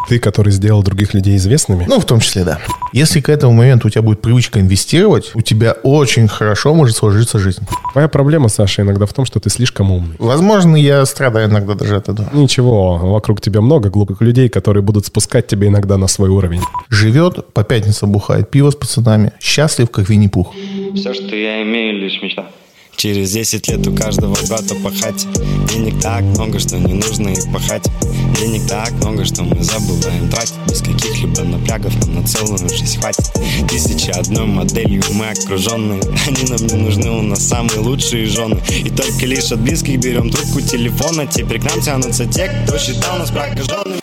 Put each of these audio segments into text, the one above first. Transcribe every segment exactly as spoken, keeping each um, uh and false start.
Ты, который сделал других людей известными? Ну, в том числе, да. Если к этому моменту у тебя будет привычка инвестировать, у тебя очень хорошо может сложиться жизнь. Твоя проблема, Саша, иногда в том, что ты слишком умный. Возможно, я страдаю иногда даже от этого. Ничего, вокруг тебя много глупых людей, которые будут спускать тебя иногда на свой уровень. Живет, по пятницам бухает пиво с пацанами, счастлив, как Винни-Пух. Все, что я имею, лишь мечта. Через десять лет у каждого брата пахать. Денег так много, что не нужно их пахать. Денег так много, что мы забываем тратить. Без каких-либо напрягов нам на целую жизнь хватит. Тысяча одной моделью мы окруженные. Они нам не нужны, у нас самые лучшие жены. И только лишь от близких берем трубку телефона. Теперь к нам тянутся те, кто считал нас прокаженными.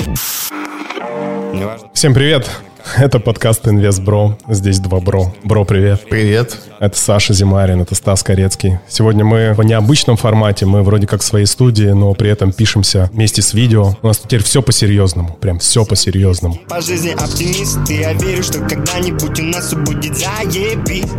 Всем привет! Это подкаст Инвест Бро. Здесь два бро. Бро, привет. Привет. Это Саша Зимарин, это Стас Корецкий. Сегодня мы в необычном формате. Мы вроде как в своей студии, но при этом пишемся вместе с видео. У нас теперь все по-серьезному. Прям все по-серьезному. По жизни оптимист, и я верю, что когда-нибудь у нас будет заебись.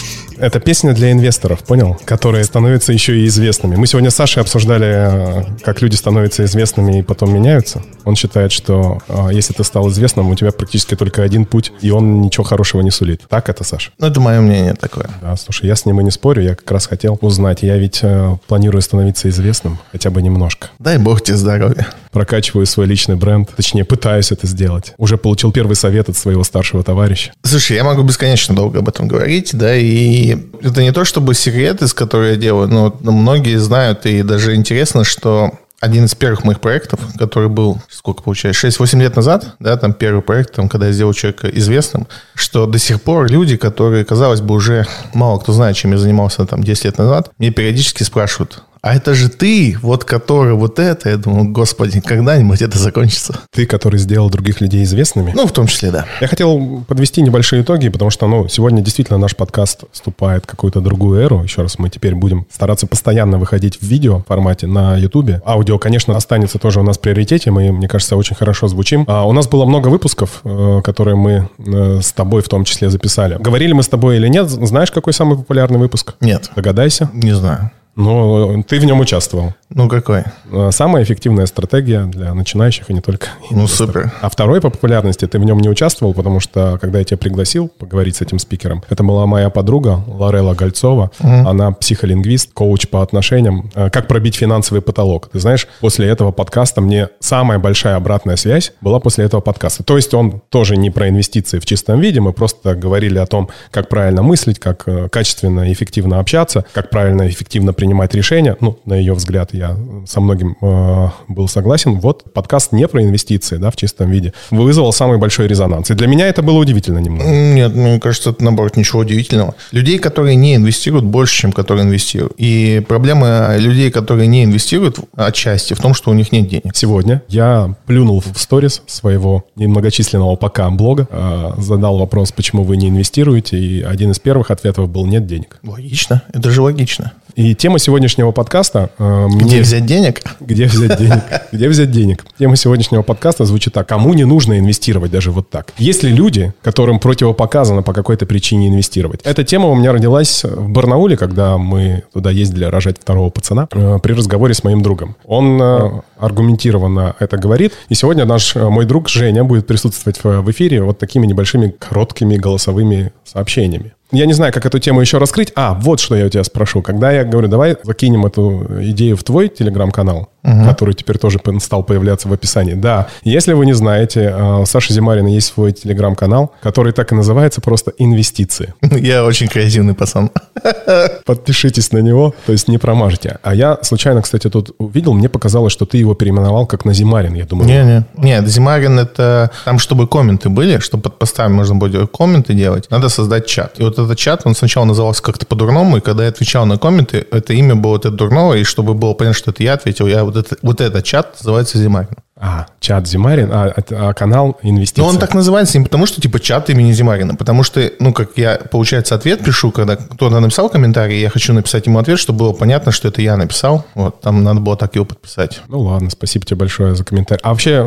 Это песня для инвесторов, понял? Которые становятся еще и известными. Мы сегодня с Сашей обсуждали, как люди становятся известными и потом меняются. Он считает, что если ты стал известным, у тебя практически только один путь, и он ничего хорошего не сулит. Так это, Саша? Ну, это мое мнение такое. Да, слушай, я с ним и не спорю, я как раз хотел узнать. Я ведь э, планирую становиться известным, хотя бы немножко. Дай бог тебе здоровья. Прокачиваю свой личный бренд, точнее, пытаюсь это сделать. Уже получил первый совет от своего старшего товарища. Слушай, я могу бесконечно долго об этом говорить, да, и это не то чтобы секрет, из которого я делаю, но многие знают, и даже интересно, что один из первых моих проектов, который был, сколько получается, шесть-восемь лет назад, да, там первый проект, там, когда я сделал человека известным, что до сих пор люди, которые, казалось бы, уже мало кто знает, чем я занимался там десять лет назад, мне периодически спрашивают: а это же ты, вот который вот это. Я думаю, господи, когда-нибудь это закончится. Ты, который сделал других людей известными? Ну, в том числе, да. Я хотел подвести небольшие итоги, потому что, ну, сегодня действительно наш подкаст вступает в какую-то другую эру. Еще раз, мы теперь будем стараться постоянно выходить в видео формате на Ютубе. Аудио, конечно, останется тоже у нас в приоритете. Мы, мне кажется, очень хорошо звучим. А у нас было много выпусков, которые мы с тобой в том числе записали. Говорили мы с тобой или нет? Знаешь, какой самый популярный выпуск? Нет. Догадайся. Не знаю. Ну, ты в нем участвовал. Ну, какой? Самая эффективная стратегия для начинающих, и не только. Ну, супер. А второй по популярности ты в нем не участвовал, потому что, когда я тебя пригласил поговорить с этим спикером, это была моя подруга Лорелла Гольцова. Угу. Она психолингвист, коуч по отношениям. Как пробить финансовый потолок. Ты знаешь, после этого подкаста мне самая большая обратная связь была после этого подкаста. То есть он тоже не про инвестиции в чистом виде. Мы просто говорили о том, как правильно мыслить, как качественно и эффективно общаться, как правильно и эффективно принимать решения. Ну, на ее взгляд, я со многим э, был согласен. Вот подкаст не про инвестиции, да, в чистом виде, вызвал самый большой резонанс. И для меня это было удивительно немного. Нет, мне кажется, это, наоборот, ничего удивительного. Людей, которые не инвестируют, больше, чем которые инвестируют. И проблема людей, которые не инвестируют, отчасти в том, что у них нет денег. Сегодня я плюнул в сторис своего немногочисленного пока блога, э, задал вопрос, почему вы не инвестируете, и один из первых ответов был: нет денег. Логично, это же логично. И тема сегодняшнего подкаста... Э, Где мне... взять денег? Где взять денег? Где взять денег? Тема сегодняшнего подкаста звучит так: кому не нужно инвестировать, даже вот так. Есть ли люди, которым противопоказано по какой-то причине инвестировать? Эта тема у меня родилась в Барнауле, когда мы туда ездили рожать второго пацана, э, при разговоре с моим другом. Он э, аргументированно это говорит. И сегодня наш, мой друг Женя будет присутствовать в, в эфире вот такими небольшими короткими голосовыми сообщениями. Я не знаю, как эту тему еще раскрыть. А, вот что я у тебя спрошу. Когда я говорю, давай закинем эту идею в твой телеграм-канал, угу. который теперь тоже стал появляться в описании. Да, если вы не знаете, у Саши Зимарина есть свой телеграм-канал, который так и называется просто «Инвестиции». Я очень креативный пацан. Подпишитесь на него, то есть не промажете. А я случайно, кстати, тут увидел, мне показалось, что ты его переименовал как на Зимарин. Я думаю... Не-не, нет, Зимарин — это там, чтобы комменты были, чтобы под постами можно было комменты делать, надо создать чат. И вот этот чат, он сначала назывался как-то по-дурному, и когда я отвечал на комменты, это имя было вот это дурного, и чтобы было понятно, что это я ответил, я вот, это, вот этот чат называется Зимарин. А, чат Зимарин, а, а канал «Инвестиции». Ну, он так называется не потому, что типа чат имени Зимарина, потому что, ну, как я, получается, ответ пишу, когда кто-то написал комментарий, я хочу написать ему ответ, чтобы было понятно, что это я написал. Вот, там надо было так его подписать. Ну, ладно, спасибо тебе большое за комментарий. А вообще,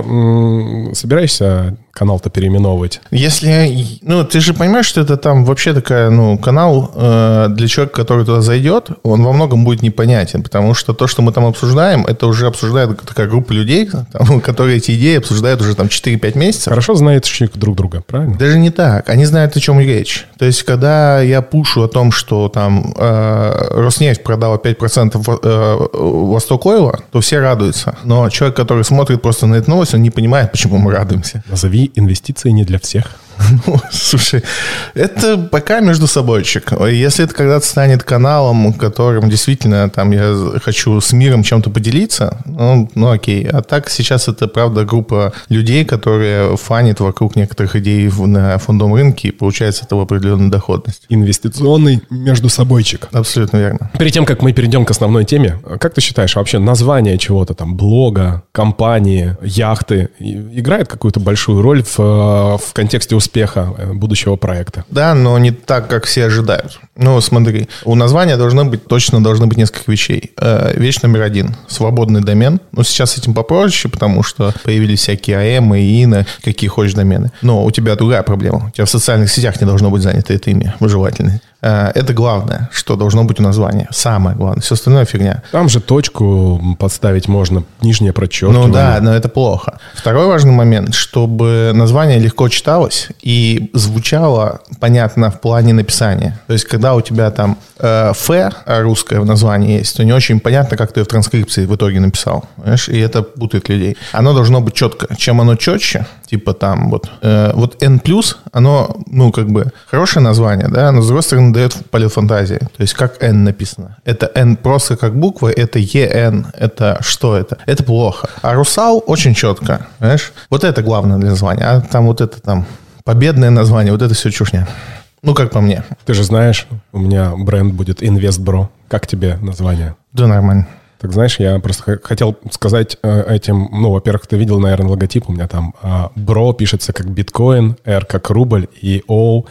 м- собираешься канал-то переименовывать? Если, ну, ты же понимаешь, что это там вообще такая, ну, канал э, для человека, который туда зайдет, он во многом будет непонятен, потому что то, что мы там обсуждаем, это уже обсуждает такая группа людей, там, которые эти идеи обсуждают уже там четыре-пять месяцев. Хорошо знают друг друга, правильно? Даже не так. Они знают, о чем речь. То есть, когда я пушу о том, что там э, Роснефть продала пять процентов э, Восток-Ойла, то все радуются. Но человек, который смотрит просто на эту новость, он не понимает, почему мы радуемся. Назови инвестиции не для всех. Ну, слушай, это пока между собойчик. Если это когда-то станет каналом, которым действительно там я хочу с миром чем-то поделиться, ну, ну окей. А так сейчас это, правда, группа людей, которые фанят вокруг некоторых идей на фондовом рынке и получает с этого определенную доходность. Инвестиционный между собойчик. Абсолютно верно. Перед тем, как мы перейдем к основной теме, как ты считаешь, вообще название чего-то там, блога, компании, яхты играет какую-то большую роль в, в контексте успеха будущего проекта? Да, но не так, как все ожидают. Ну, смотри, у названия должно быть, точно должно быть несколько вещей. Э, вещь номер один – свободный домен. Ну, сейчас с этим попроще, потому что появились всякие АМ, ИИНы, какие хочешь домены. Но у тебя другая проблема. У тебя в социальных сетях не должно быть занято это имя, желательно. Э, это главное, что должно быть у названия. Самое главное. Все остальное фигня. Там же точку подставить можно, нижнее подчеркивание. Ну да, но это плохо. Второй важный момент, чтобы название легко читалось и звучало понятно в плане написания. То есть, когда у тебя там э, «ф» русское в названии есть, то не очень понятно, как ты ее в транскрипции в итоге написал. Понимаешь? И это путает людей. Оно должно быть четко. Чем оно четче, типа там вот, э, вот N+, оно, ну, как бы, хорошее название, да, но с другой стороны дает полет фантазии. То есть, как N написано. Это N просто как буква, это E N, это что это? Это плохо. А «Русал» очень четко, понимаешь? Вот это главное для названия. А там вот это там победное название, вот это все чушня. Ну, как по мне. Ты же знаешь, у меня бренд будет InvestBro. Как тебе название? Да, нормально. Так знаешь, я просто хотел сказать этим, ну, во-первых, ты видел, наверное, логотип, у меня там Бро пишется как биткоин, R как рубль и O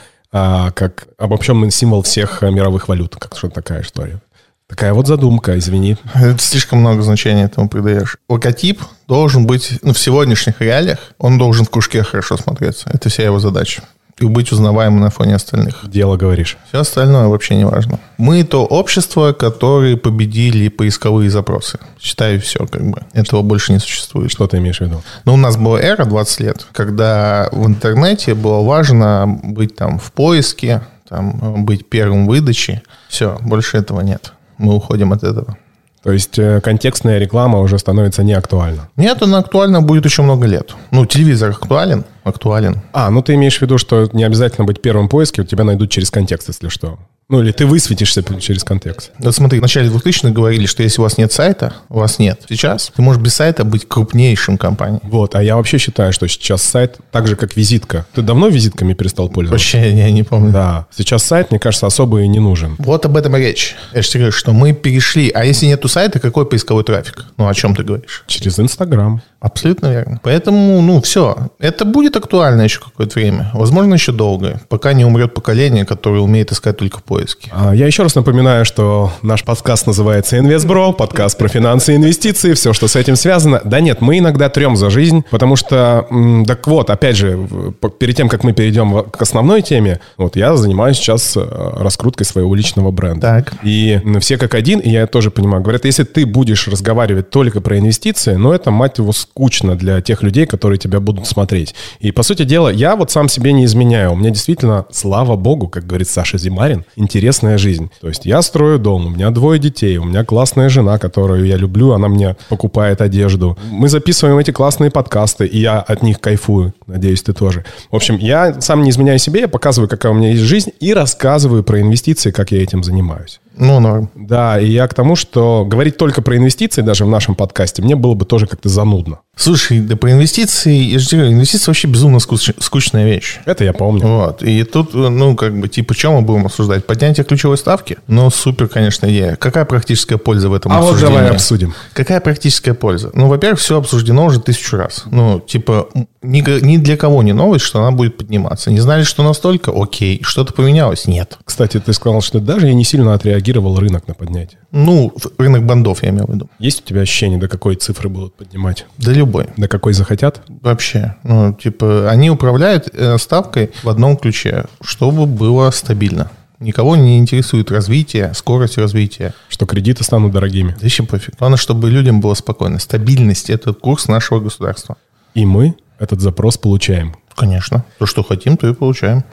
как обобщенный символ всех мировых валют. Как что такая история. Такая вот задумка, извини. Это слишком много значения этому придаешь. Логотип должен быть, ну, в сегодняшних реалиях, он должен в кружке хорошо смотреться. Это вся его задача. И быть узнаваемым на фоне остальных. Дело говоришь. Все остальное вообще не важно. Мы то общество, которые победили поисковые запросы. Считаю, все, как бы. Этого больше не существует. Что ты имеешь в виду? Ну, у нас была эра двадцать лет, когда в интернете было важно быть там в поиске, там, быть первым в выдаче. Все, больше этого нет. Мы уходим от этого. То есть контекстная реклама уже становится не актуальна? Нет, она актуальна будет еще много лет. Ну, телевизор актуален? Актуален. А, ну ты имеешь в виду, что не обязательно быть первым в поиске, тебя найдут через контекст, если что. Ну, или ты высветишься через контекст. Вот смотри, в начале двухтысячных говорили, что если у вас нет сайта, у вас нет. Сейчас ты можешь без сайта быть крупнейшим компанией. Вот, а я вообще считаю, что сейчас сайт так же, как визитка. Ты давно визитками перестал пользоваться? Вообще, я не помню. Да, сейчас сайт, мне кажется, особо и не нужен. Вот об этом и речь. Я же тебе говорю, что мы перешли. А если нету сайта, какой поисковой трафик? Ну, о чем ты говоришь? Через Инстаграм. Абсолютно верно. Поэтому, ну, все. Это будет актуально еще какое-то время. Возможно, еще долго. Пока не умрет поколение, которое умеет искать только в поиске. А я еще раз напоминаю, что наш подкаст называется InvestBro, подкаст про финансы и инвестиции, все, что с этим связано. Да нет, мы иногда трем за жизнь, потому что, так вот, опять же, перед тем, как мы перейдем к основной теме, вот я занимаюсь сейчас раскруткой своего личного бренда. Так. И все как один, и я тоже понимаю, говорят, если ты будешь разговаривать только про инвестиции, ну, это, мать его, скучно для тех людей, которые тебя будут смотреть. И, по сути дела, я вот сам себе не изменяю. У меня действительно, слава богу, как говорит Саша Зимарин, интересная жизнь. То есть я строю дом, у меня двое детей, у меня классная жена, которую я люблю, она мне покупает одежду. Мы записываем эти классные подкасты, и я от них кайфую. Надеюсь, ты тоже. В общем, я сам не изменяю себе, я показываю, какая у меня есть жизнь, и рассказываю про инвестиции, как я этим занимаюсь. Ну, норм. Да, и я к тому, что говорить только про инвестиции даже в нашем подкасте мне было бы тоже как-то занудно. Слушай, да про инвестиции, я же говорю, инвестиции вообще безумно скуч, скучная вещь. Это я помню. Вот, и тут, ну, как бы, типа, что мы будем обсуждать? Поднятие ключевой ставки? Ну, супер, конечно, идея. Какая практическая польза в этом а обсуждении? А вот давай обсудим. Какая практическая польза? Ну, во-первых, все обсуждено уже тысячу раз. Ну, типа, ни, ни для кого не новость, что она будет подниматься. Не знали, что настолько? Окей. Что-то поменялось? Нет. Кстати, ты сказал, что даже я не сильно отреагировал рынок на поднятие. Ну, рынок бандов, я имел в виду. Есть у тебя ощущение, до какой цифры будут поднимать? Да любой. До какой захотят? Вообще. Ну, типа, они управляют ставкой в одном ключе, чтобы было стабильно. Никого не интересует развитие, скорость развития. Что кредиты станут дорогими. Да еще пофиг. Главное, чтобы людям было спокойно. Стабильность – это курс нашего государства. И мы этот запрос получаем. Конечно. То, что хотим, то и получаем.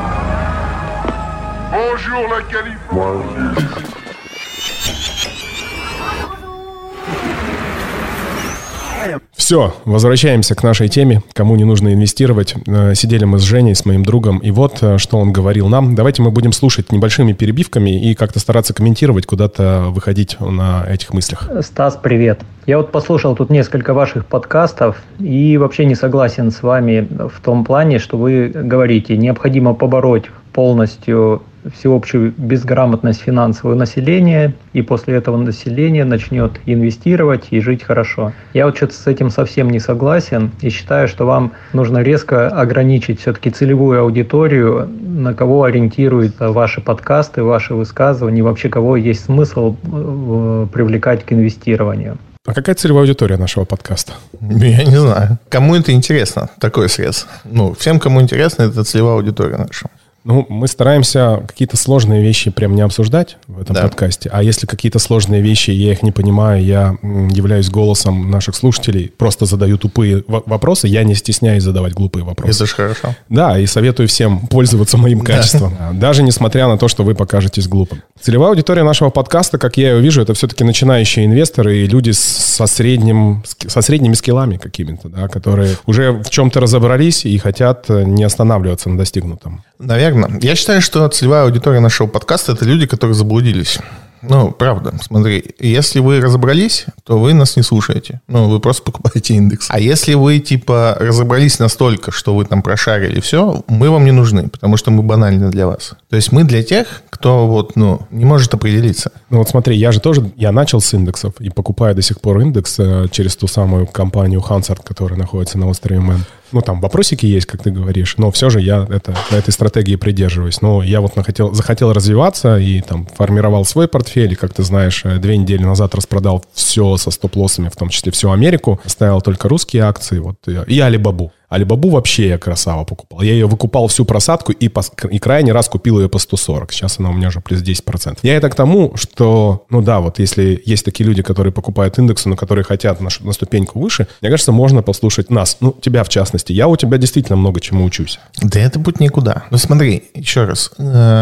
Все, возвращаемся к нашей теме. Кому не нужно инвестировать. Сидели мы с Женей, с моим другом, и вот что он говорил нам. Давайте мы будем слушать небольшими перебивками и как-то стараться комментировать, куда-то выходить на этих мыслях. Стас, привет. Я вот послушал тут несколько ваших подкастов и вообще не согласен с вами в том плане, что вы говорите, необходимо побороть полностью всеобщую безграмотность финансового населения, и после этого население начнет инвестировать и жить хорошо. Я вот что-то с этим совсем не согласен и считаю, что вам нужно резко ограничить все-таки целевую аудиторию, на кого ориентируют ваши подкасты, ваши высказывания, и вообще кого есть смысл привлекать к инвестированию. А какая целевая аудитория нашего подкаста? Я не знаю. Кому это интересно, такой срез? Ну, всем, кому интересно, это целевая аудитория наша. Ну, мы стараемся какие-то сложные вещи прям не обсуждать в этом да. подкасте. А если какие-то сложные вещи, я их не понимаю, я являюсь голосом наших слушателей, просто задаю тупые вопросы, я не стесняюсь задавать глупые вопросы. Это же хорошо. Да, и советую всем пользоваться моим качеством. Да. Даже несмотря на то, что вы покажетесь глупым. Целевая аудитория нашего подкаста, как я ее вижу, это все-таки начинающие инвесторы и люди со, средним, со средними скиллами какими-то, да, которые уже в чем-то разобрались и хотят не останавливаться на достигнутом. Наверное. Я считаю, что целевая аудитория нашего подкаста – это люди, которые заблудились. Ну, правда, смотри, если вы разобрались, то вы нас не слушаете. Ну, вы просто покупаете индекс. А если вы, типа, разобрались настолько, что вы там прошарили все, мы вам не нужны, потому что мы банальны для вас. То есть мы для тех, кто вот, ну, не может определиться. Ну, вот смотри, я же тоже, я начал с индексов и покупаю до сих пор индекс э, через ту самую компанию Hansard, которая находится на острове Мэн. Ну, там вопросики есть, как ты говоришь, но все же я это, на этой стратегии придерживаюсь. Но я вот нахотел, захотел развиваться и там формировал свой портфель, и, как ты знаешь, две недели назад распродал все со стоп-лоссами, в том числе всю Америку, оставил только русские акции, вот, и Алибабу. Алибабу вообще я красава покупал. Я ее выкупал всю просадку и, по, и крайний раз купил ее по сто сорок. Сейчас она у меня уже плюс десять процентов. Я это к тому, что, ну да, вот если есть такие люди, которые покупают индексы, но которые хотят на, на ступеньку выше, мне кажется, можно послушать нас. Ну, тебя в частности. Я у тебя действительно много чему учусь. Да это путь никуда. Ну смотри, еще раз.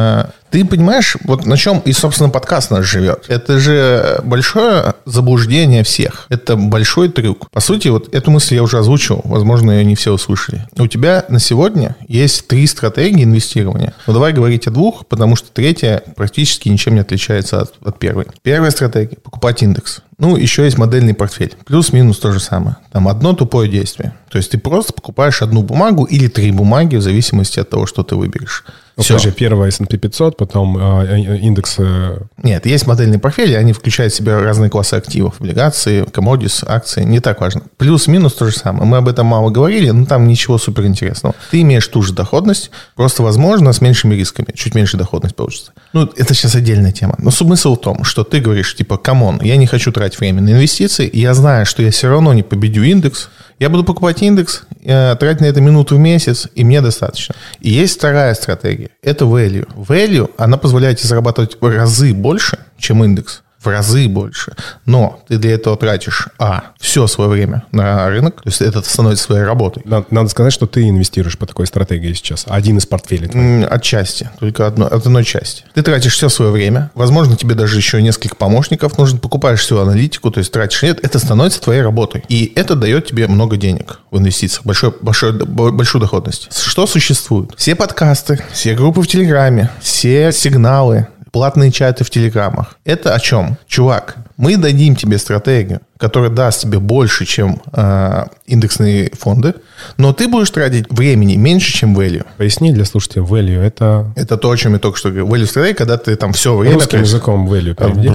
Ты понимаешь, вот на чем и, собственно, подкаст наш живет. Это же большое заблуждение всех. Это большой трюк. По сути, вот эту мысль я уже озвучил. Возможно, ее не все услышали. У тебя на сегодня есть три стратегии инвестирования. Но давай говорить о двух, потому что третья практически ничем не отличается от, от первой. Первая стратегия – покупать индекс. Ну, еще есть модельный портфель. Плюс-минус то же самое. Там одно тупое действие. То есть ты просто покупаешь одну бумагу или три бумаги в зависимости от того, что ты выберешь. Ну, тоже первая эс энд пи пятьсот, потом э, индекс... Э... Нет, есть модельные портфели, они включают в себя разные классы активов. Облигации, commodities, акции. Не так важно. Плюс-минус то же самое. Мы об этом мало говорили, но там ничего суперинтересного. Ты имеешь ту же доходность, просто, возможно, с меньшими рисками. Чуть меньше доходность получится. Ну, это сейчас отдельная тема. Но смысл в том, что ты говоришь, типа, камон, я не хочу тратить время на инвестиции, и я знаю, что я все равно не победю индекс. Я буду покупать индекс, тратить на это минуту в месяц, и мне достаточно. И есть вторая стратегия. Это value. Value, она позволяет тебе зарабатывать в разы больше, чем индекс. В разы больше. Но ты для этого тратишь, а, все свое время на рынок, то есть это становится своей работой. Надо, надо сказать, что ты инвестируешь по такой стратегии сейчас. Один из портфелей твоих. Отчасти. Только одно, от одной части. Ты тратишь все свое время. Возможно, тебе даже еще несколько помощников нужно. Покупаешь всю аналитику, то есть тратишь. Нет, это становится твоей работой. И это дает тебе много денег в инвестициях. Большой, большой, большую доходность. Что существует? Все подкасты, все группы в Телеграме, все сигналы, платные чаты в телеграммах. Это о чем? Чувак, мы дадим тебе стратегию, которая даст тебе больше, чем э, индексные фонды, но ты будешь тратить времени меньше, чем value. Поясни для слушателей, value это... Это то, о чем я только что говорил. Value стратегия, когда ты там все время... Русским языком value переведи.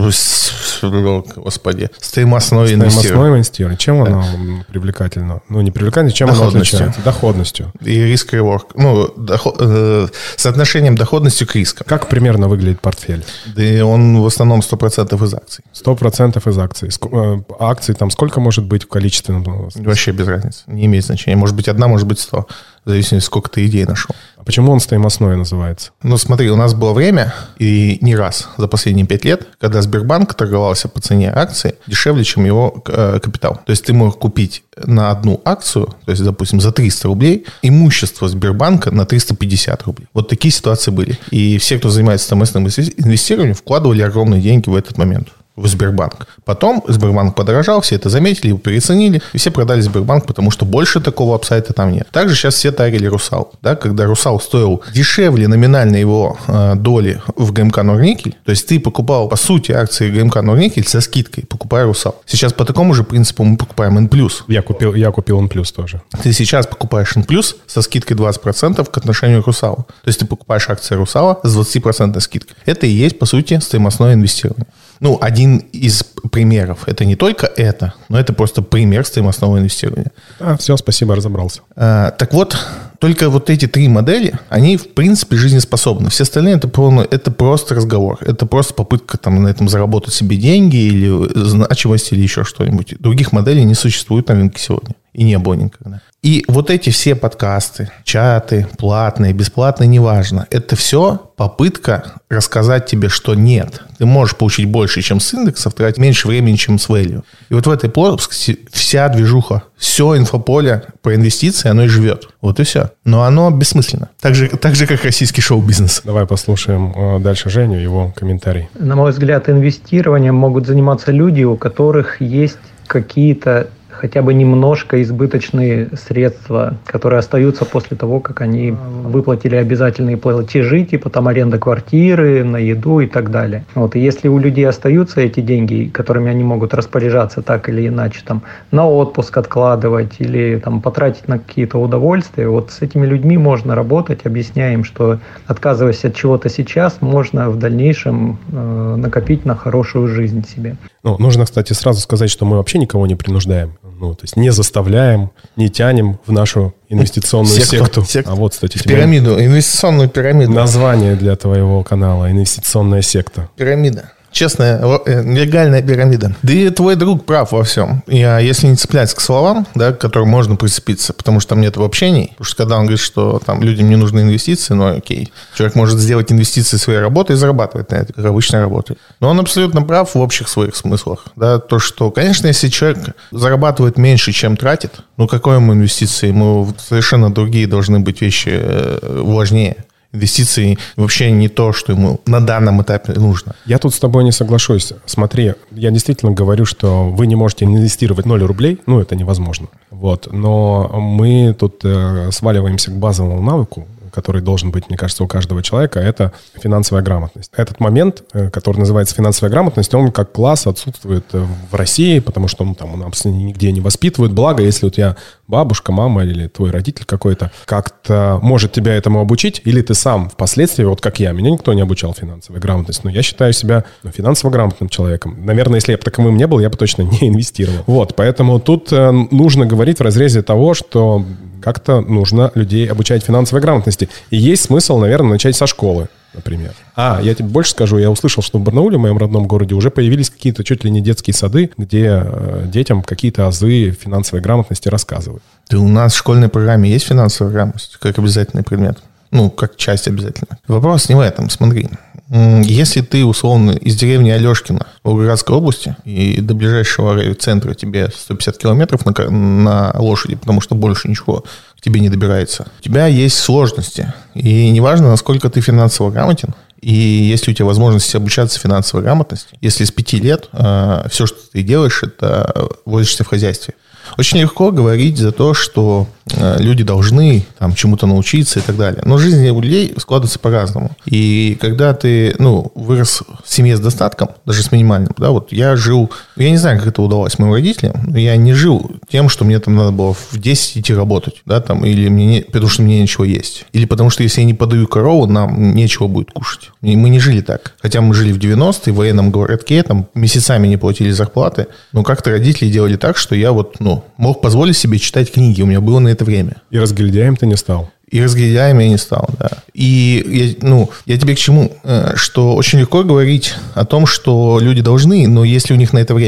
Господи. Стоимостное инвестирование. Стоимостное инвестирование. Чем оно привлекательно? Ну, не привлекательно, чем оно отличается? Доходностью. И риск-реворк. Ну, доход, э, соотношением доходности к рискам. Как примерно выглядит портфель? Да он в основном сто процентов из акций. сто процентов из акций. акций там сколько может быть в количественном? Вообще без разницы. Не имеет значения. Может быть одна, может быть сто. В зависимости, сколько ты идей нашел. А почему он стоимостной называется? Ну, смотри, у нас было время, и не раз за последние пять лет, когда Сбербанк торговался по цене акции дешевле, чем его э, капитал. То есть ты мог купить на одну акцию, то есть, допустим, за триста рублей, имущество Сбербанка на триста пятьдесят рублей. Вот такие ситуации были. И все, кто занимается стоимостным инвестированием, вкладывали огромные деньги в этот момент. В Сбербанк. Потом Сбербанк подорожал, все это заметили, его переоценили, и все продали Сбербанк, потому что больше такого апсайта там нет. Также сейчас все тарили Русал. Да, когда Русал стоил дешевле номинально его э, доли в ГМК Норникель, то есть ты покупал, по сути, акции ГМК Норникель со скидкой, покупая Русал. Сейчас по такому же принципу мы покупаем Н плюс. Я купил, я купил Н плюс тоже. Ты сейчас покупаешь Н плюс со скидкой двадцать процентов к отношению к Русалу. То есть ты покупаешь акции Русала с двадцать процентов скидкой. Это и есть, по сути, стоимостное инвестирование. Ну, один из примеров. Это не только это, но это просто пример стоимостного инвестирования. А, все, спасибо, разобрался. А, так вот, только вот эти три модели, они, в принципе, жизнеспособны. Все остальные это, это просто разговор. Это просто попытка там, на этом заработать себе деньги или значимость, или еще что-нибудь. Других моделей не существует на рынке сегодня. И не было никогда. И вот эти все подкасты, чаты, платные, бесплатные, неважно. Это все попытка рассказать тебе, что нет. Ты можешь получить больше, чем с индексов, тратить меньше времени, чем с value. И вот в этой плоскости вся движуха, все инфополе по инвестиции, оно и живет. Вот и все. Но оно бессмысленно. Так же, так же как российский шоу-бизнес. Давай послушаем дальше Женю, его комментарий. На мой взгляд, инвестированием могут заниматься люди, у которых есть какие-то хотя бы немножко избыточные средства, которые остаются после того, как они выплатили обязательные платежи, типа там аренда квартиры, на еду и так далее. Вот. И если у людей остаются эти деньги, которыми они могут распоряжаться так или иначе, там, на отпуск откладывать или там, потратить на какие-то удовольствия, вот с этими людьми можно работать, объясняя им, что отказываясь от чего-то сейчас, можно в дальнейшем э, накопить на хорошую жизнь себе. Ну, нужно, кстати, сразу сказать, что мы вообще никого не принуждаем. Ну, то есть не заставляем, не тянем в нашу инвестиционную секту. секту. Секту. А вот, кстати, в пирамиду, инвестиционную пирамиду. Название для твоего канала — инвестиционная секта. Пирамида. Честная, легальная пирамида. Да и твой друг прав во всем. Я, если не цепляться к словам, да, к которым можно прицепиться, потому что там нет общений. Потому что когда он говорит, что там людям не нужны инвестиции, ну окей. Человек может сделать инвестиции своей работы и зарабатывать на это, как обычно работает. Но он абсолютно прав в общих своих смыслах. Да, то, что, конечно, если человек зарабатывает меньше, чем тратит, ну какой ему инвестиции? Ему совершенно другие должны быть вещи важнее. Инвестиции вообще не то, что ему на данном этапе нужно. Я тут с тобой не соглашусь. Смотри, я действительно говорю, что вы не можете инвестировать ноль рублей. Ну, это невозможно. Вот. Но мы тут э, сваливаемся к базовому навыку, который должен быть, мне кажется, у каждого человека, это финансовая грамотность. Этот момент, который называется финансовая грамотность, он как класс отсутствует в России, потому что он там у нас нигде не воспитывают. Благо, если у тебя бабушка, мама или твой родитель какой-то как-то может тебя этому обучить, или ты сам впоследствии, вот как я, меня никто не обучал финансовой грамотности, но я считаю себя ну, финансово грамотным человеком. Наверное, если я бы таковым не был, я бы точно не инвестировал. Вот, поэтому тут нужно говорить в разрезе того, что как-то нужно людей обучать финансовой грамотности. И есть смысл, наверное, начать со школы, например. А, я тебе больше скажу, я услышал, что в Барнауле, в моем родном городе, уже появились какие-то чуть ли не детские сады, где э, детям какие-то азы финансовой грамотности рассказывают. Да у нас в школьной программе есть финансовая грамотность как обязательный предмет. Ну, как часть обязательно. Вопрос не в этом, смотри. Если ты, условно, из деревни Алешкино в Волгоградской области, и до ближайшего центра тебе сто пятьдесят километров на, на лошади, потому что больше ничего к тебе не добирается, у тебя есть сложности. И неважно, насколько ты финансово грамотен, и если у тебя возможность обучаться финансовой грамотности, если с пяти лет э, все, что ты делаешь, это возишься в хозяйстве. Очень легко говорить за то, что э, люди должны там, чему-то научиться и так далее. Но жизнь у людей складывается по-разному. И когда ты ну, вырос в семье с достатком, даже с минимальным, да, вот я жил, я не знаю, как это удалось моим родителям, но я не жил тем, что мне там надо было в десять идти работать, да, там, или мне не, потому что мне нечего есть. Или потому что если я не подаю корову, нам нечего будет кушать. И мы не жили так. Хотя мы жили в девяностые, в военном городке, там месяцами не платили зарплаты, но как-то родители делали так, что я вот, ну, мог позволить себе читать книги, у меня было на это время. И разгильдяем ты не стал. И разгильдяем я не стал, да. И я, ну, я тебе к чему? Что очень легко говорить о том, что люди должны, но есть ли у них на это время?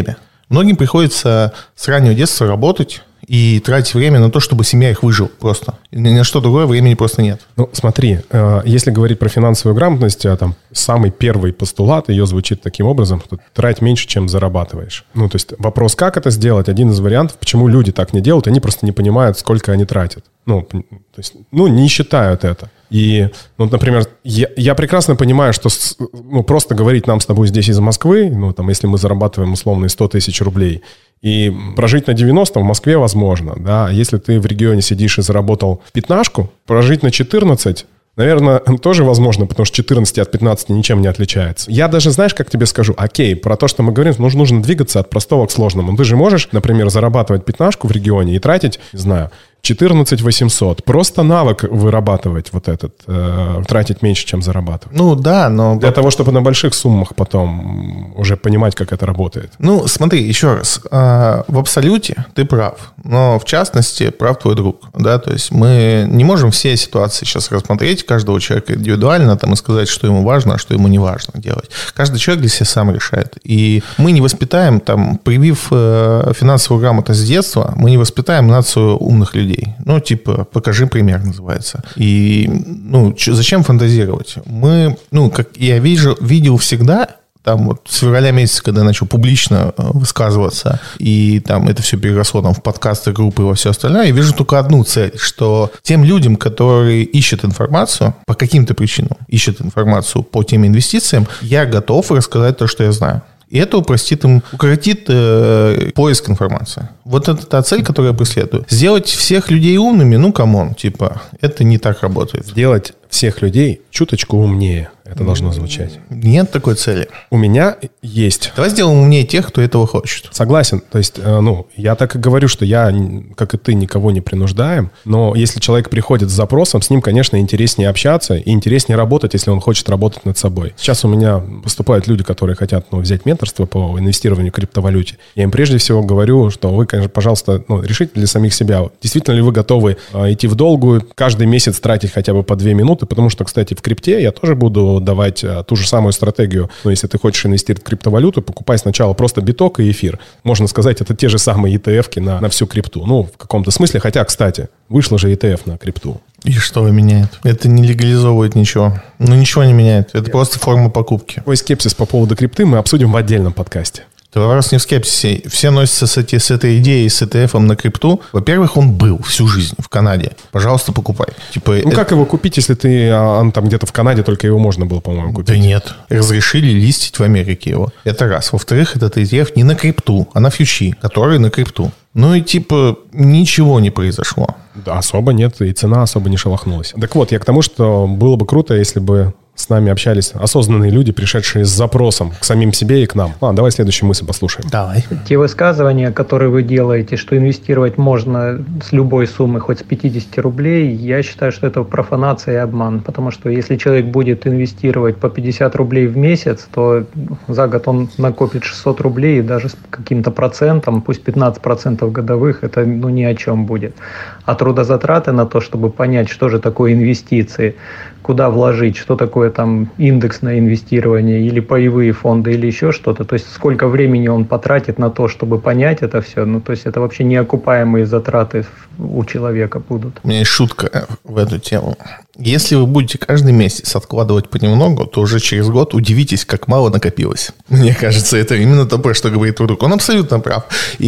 Многим приходится с раннего детства работать и тратить время на то, чтобы семья их выжила просто. И ни на что другое времени просто нет. Ну, смотри, если говорить про финансовую грамотность, там самый первый постулат, ее звучит таким образом, что трать меньше, чем зарабатываешь. Ну, то есть вопрос, как это сделать, один из вариантов, почему люди так не делают, они просто не понимают, сколько они тратят. Ну, то есть, ну не считают это. И, ну, например, я, я прекрасно понимаю, что ну, просто говорить нам с тобой здесь из Москвы, ну, там, если мы зарабатываем условно сто тысяч рублей, и прожить на девяносто в Москве возможно, да, если ты в регионе сидишь и заработал пятнашку, прожить на четырнадцать, наверное, тоже возможно, потому что четырнадцать от пятнадцати ничем не отличается. Я даже, знаешь, как тебе скажу, окей, про то, что мы говорим, нужно, нужно двигаться от простого к сложному. Ты же можешь, например, зарабатывать пятнашку в регионе и тратить, не знаю, четырнадцать восемьсот. Просто навык вырабатывать вот этот, э, тратить меньше, чем зарабатывать. Ну да, но... Для того, чтобы на больших суммах потом уже понимать, как это работает. Ну, смотри, еще раз. Э, в абсолюте ты прав. Но в частности прав твой друг. Да? То есть мы не можем все ситуации сейчас рассмотреть, каждого человека индивидуально там, и сказать, что ему важно, а что ему не важно делать. Каждый человек для себя сам решает. И мы не воспитаем, там, привив э, финансовую грамотность с детства, мы не воспитаем нацию умных людей. Ну, типа, покажи пример, называется. И, ну, ч- зачем фантазировать? Мы, ну, как я вижу, видел всегда, там вот с февраля месяца, когда я начал публично высказываться, и там это все переросло там в подкасты, группы и во все остальное, я вижу только одну цель, что тем людям, которые ищут информацию, по каким-то причинам ищут информацию по тем инвестициям, я готов рассказать то, что я знаю. И это упростит им, укоротит э, поиск информации. Вот это та цель, которую я преследую. Сделать всех людей умными, ну, камон, типа, это не так работает. Сделать всех людей чуточку умнее. Это должно звучать. Нет такой цели. У меня есть. Давай сделаем умнее тех, кто этого хочет. Согласен. То есть, ну, я так и говорю, что я, как и ты, никого не принуждаем. Но если человек приходит с запросом, с ним, конечно, интереснее общаться и интереснее работать, если он хочет работать над собой. Сейчас у меня поступают люди, которые хотят, ну, взять менторство по инвестированию в криптовалюте. Я им прежде всего говорю, что вы, конечно, пожалуйста, ну, решите для самих себя, действительно ли вы готовы а, идти в долгую, каждый месяц тратить хотя бы по две минуты, потому что, кстати, в крипте я тоже буду давать а, ту же самую стратегию. Но если ты хочешь инвестировать в криптовалюту, покупай сначала просто биток и эфир. Можно сказать, это те же самые и ти эф-ки на, на всю крипту. Ну, в каком-то смысле. Хотя, кстати, вышло же и ти эф на крипту. И что меняет? Это не легализовывает ничего. Ну, ничего не меняет. Это просто форма покупки. Твой скепсис по поводу крипты мы обсудим в отдельном подкасте. Вопрос не в скепсисе. Все носятся с, эти, с этой идеей, с и ти эф на крипту. Во-первых, он был всю жизнь в Канаде. Пожалуйста, покупай. Типа, ну, это... как его купить, если ты он там где-то в Канаде, только его можно было, по-моему, купить? Да нет. Разрешили листить в Америке его. Это раз. Во-вторых, этот и ти эф не на крипту, а на фьючи, который на крипту. Ну и типа ничего не произошло. Да, особо нет, и цена особо не шелохнулась. Так вот, я к тому, что было бы круто, если бы с нами общались осознанные люди, пришедшие с запросом к самим себе и к нам. Ладно, давай следующую мысль послушаем. Давай. Те высказывания, которые вы делаете, что инвестировать можно с любой суммы, хоть с пятьдесят рублей, я считаю, что это профанация и обман. Потому что если человек будет инвестировать по пятьдесят рублей в месяц, то за год он накопит шестьсот рублей, и даже с каким-то процентом, пусть пятнадцать процентов годовых, это ну ни о чем будет. А трудозатраты на то, чтобы понять, что же такое инвестиции, куда вложить, что такое там индексное инвестирование или паевые фонды или еще что-то. То есть сколько времени он потратит на то, чтобы понять это все. Ну, то есть это вообще неокупаемые затраты у человека будут. У меня есть шутка в эту тему. Если вы будете каждый месяц откладывать понемногу, то уже через год удивитесь, как мало накопилось. Мне кажется, это именно то, про что говорит твой друг. Он абсолютно прав.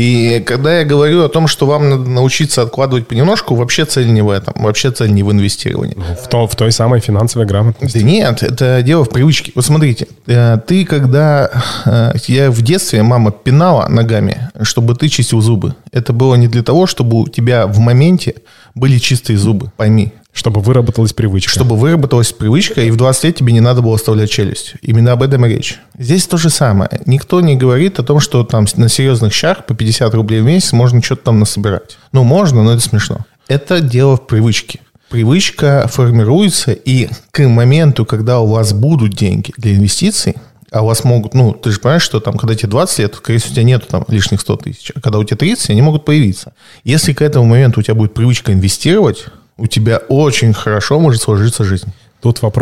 И когда я говорю о том, что вам надо научиться откладывать понемножку, вообще цель не в этом. Вообще цель не в инвестировании. Ну, в, то, в той самой финансовой грамотности. Да нет, это дело в привычке. Вот смотрите, ты когда... Я в детстве, мама пинала ногами, чтобы ты чистил зубы. Это было не для того, чтобы у тебя в моменте были чистые зубы, пойми. Чтобы выработалась привычка. Чтобы выработалась привычка, и в двадцать лет тебе не надо было оставлять челюсть. Именно об этом и речь. Здесь то же самое. Никто не говорит о том, что там на серьезных щах по пятьдесят рублей в месяц можно что-то там насобирать. Ну, можно, но это смешно. Это дело в привычке. Привычка формируется, и к моменту, когда у вас будут деньги для инвестиций, а у вас могут, ну, ты же понимаешь, что там, когда тебе двадцать лет, скорее всего, у тебя нету там лишних сто тысяч. А когда у тебя тридцать, они могут появиться. Если к этому моменту у тебя будет привычка инвестировать, у тебя очень хорошо может сложиться жизнь. Тут вопрос,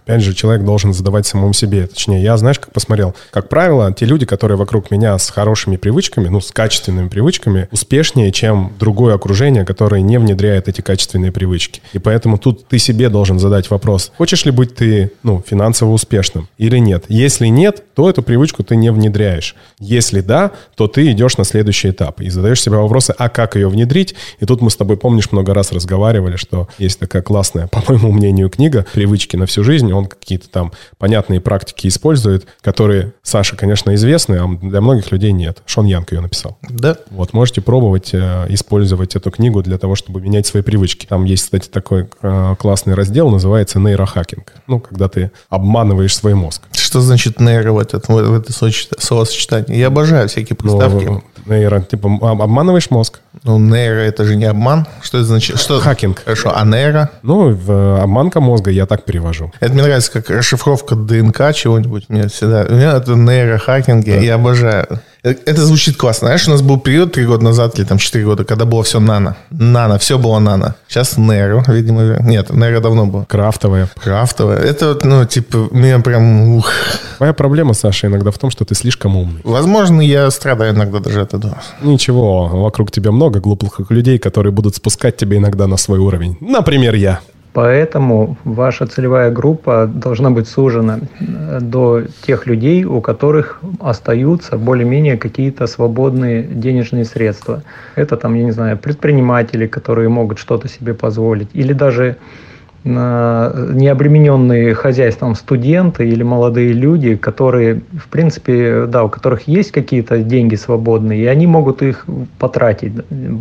Опять же, человек должен задавать самому себе. Точнее, я, знаешь, как посмотрел, как правило, те люди, которые вокруг меня с хорошими привычками, ну, с качественными привычками, успешнее, чем другое окружение, которое не внедряет эти качественные привычки. И поэтому тут ты себе должен задать вопрос, хочешь ли быть ты, ну, финансово успешным или нет. Если нет, то эту привычку ты не внедряешь. Если да, то ты идешь на следующий этап и задаешь себе вопросы, а как ее внедрить? И тут мы с тобой, помнишь, много раз разговаривали, что есть такая классная, по моему мнению, книга «Привычки на всю жизнь». Он какие-то там понятные практики использует, которые Саше, конечно, известны, а для многих людей нет. Шон Янг ее написал. Да. Вот, можете пробовать э, использовать эту книгу для того, чтобы менять свои привычки. Там есть, кстати, такой э, классный раздел, называется нейрохакинг. Ну, когда ты обманываешь свой мозг. Что значит нейро в, этот, в это словосочетание? Я обожаю всякие приставки. Ну, нейро, типа, обманываешь мозг. Ну, нейро — это же не обман. Что это значит? Что? Хакинг. Хорошо, а нейро? Ну, в, обманка мозга я так перевожу. Это мне нравится, как расшифровка ДНК чего-нибудь. Мне всегда... У меня это нейрохакинг, да. Я обожаю. Это звучит классно. Знаешь, у нас был период три года назад или там четыре года, когда было все нано. Нано, все было нано. Сейчас нейро, видимо. Нет, нейро давно было. Крафтовое. Крафтовое. Это вот, ну, типа, меня прям... Ух. Твоя проблема, Саша, иногда в том, что ты слишком умный. Возможно, я страдаю иногда даже от этого. Ничего, вокруг тебя много глупых людей, которые будут спускать тебя иногда на свой уровень. Например, я. Поэтому ваша целевая группа должна быть сужена до тех людей, у которых остаются более-менее какие-то свободные денежные средства. Это там, я не знаю, предприниматели, которые могут что-то себе позволить, или даже необремененные хозяйством студенты или молодые люди, которые, в принципе, да, у которых есть какие-то деньги свободные, и они могут их потратить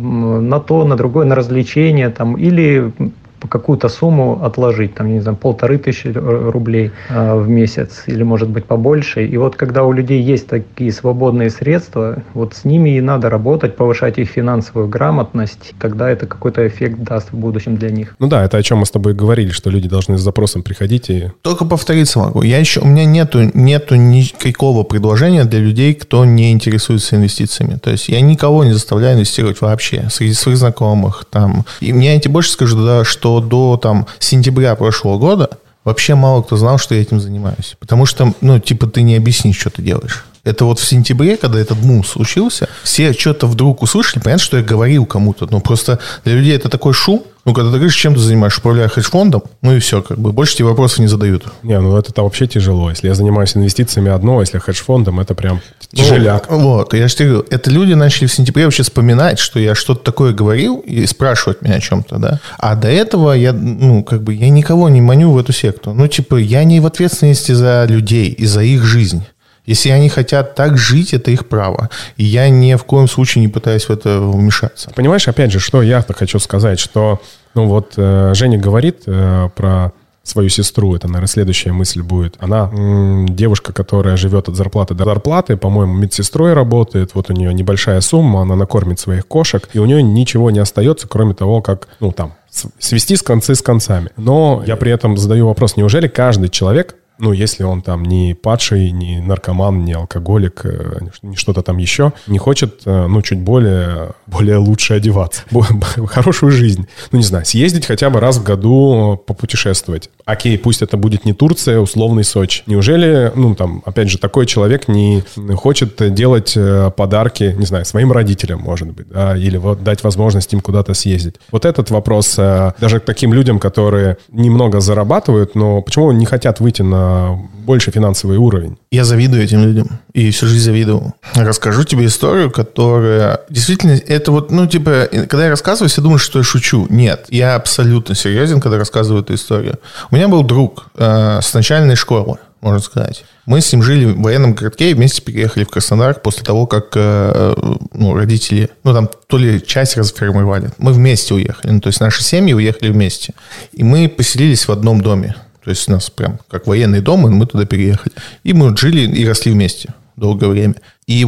на то, на другое, на развлечения там, или по какую-то сумму отложить, там, не знаю, полторы тысячи рублей э, в месяц, или, может быть, побольше. И вот когда у людей есть такие свободные средства, вот с ними и надо работать, повышать их финансовую грамотность, тогда это какой-то эффект даст в будущем для них. Ну да, это о чем мы с тобой говорили, что люди должны с запросом приходить и... Только повториться могу. Я еще, у меня нету, нету никакого предложения для людей, кто не интересуется инвестициями. То есть я никого не заставляю инвестировать вообще среди своих знакомых. Там. И мне я тебе больше скажу, да, что до там, сентября прошлого года вообще мало кто знал, что я этим занимаюсь. Потому что, ну, типа, ты не объяснишь, что ты делаешь. Это вот в сентябре, когда этот бум случился, все что-то вдруг услышали, понятно, что я говорил кому-то, но просто для людей это такой шум. Ну, когда ты говоришь, чем ты занимаешься, управляя хедж-фондом, ну и все, как бы, больше тебе вопросов не задают. Не, ну это вообще тяжело. Если я занимаюсь инвестициями одно, а если хедж-фондом, это прям тяжеляк. Ну, вот, я же тебе говорю, это люди начали в сентябре вообще вспоминать, что я что-то такое говорил и спрашивать меня о чем-то, да. А до этого я, ну, как бы, я никого не маню в эту секту. Ну, типа, я не в ответственности за людей и за их жизнь. Если они хотят так жить, это их право. И я ни в коем случае не пытаюсь в это вмешаться. Понимаешь, опять же, что я хочу сказать, что, ну вот, э, Женя говорит э, про свою сестру, это, наверное, следующая мысль будет. Она м- девушка, которая живет от зарплаты до зарплаты, по-моему, медсестрой работает, вот у нее небольшая сумма, она накормит своих кошек, и у нее ничего не остается, кроме того, как, ну, там, свести с концы с концами. Но я при этом задаю вопрос, неужели каждый человек, ну, если он там не падший, не наркоман, не алкоголик, не что-то там еще, не хочет, ну, чуть более, более лучше одеваться, хорошую жизнь. Ну, не знаю, съездить хотя бы раз в году попутешествовать. Окей, пусть это будет не Турция, условный Сочи. Неужели, ну, там, опять же, такой человек не хочет делать подарки, не знаю, своим родителям, может быть, да, или вот дать возможность им куда-то съездить. Вот этот вопрос даже к таким людям, которые немного зарабатывают, но почему не хотят выйти на больше финансовый уровень? Я завидую этим людям. И всю жизнь завидовал. Расскажу тебе историю, которая... Действительно, это вот, ну, типа, когда я рассказываю, все думают, что я шучу. Нет, я абсолютно серьезен, когда рассказываю эту историю. У меня был друг э, с начальной школы, можно сказать. Мы с ним жили в военном городке и вместе переехали в Краснодар после того, как э, ну, родители, ну, там, то ли часть расформировали. Мы вместе уехали. Ну, то есть наши семьи уехали вместе. И мы поселились в одном доме. То есть у нас прям как военный дом, и мы туда переехали. И мы жили и росли вместе долгое время. И вот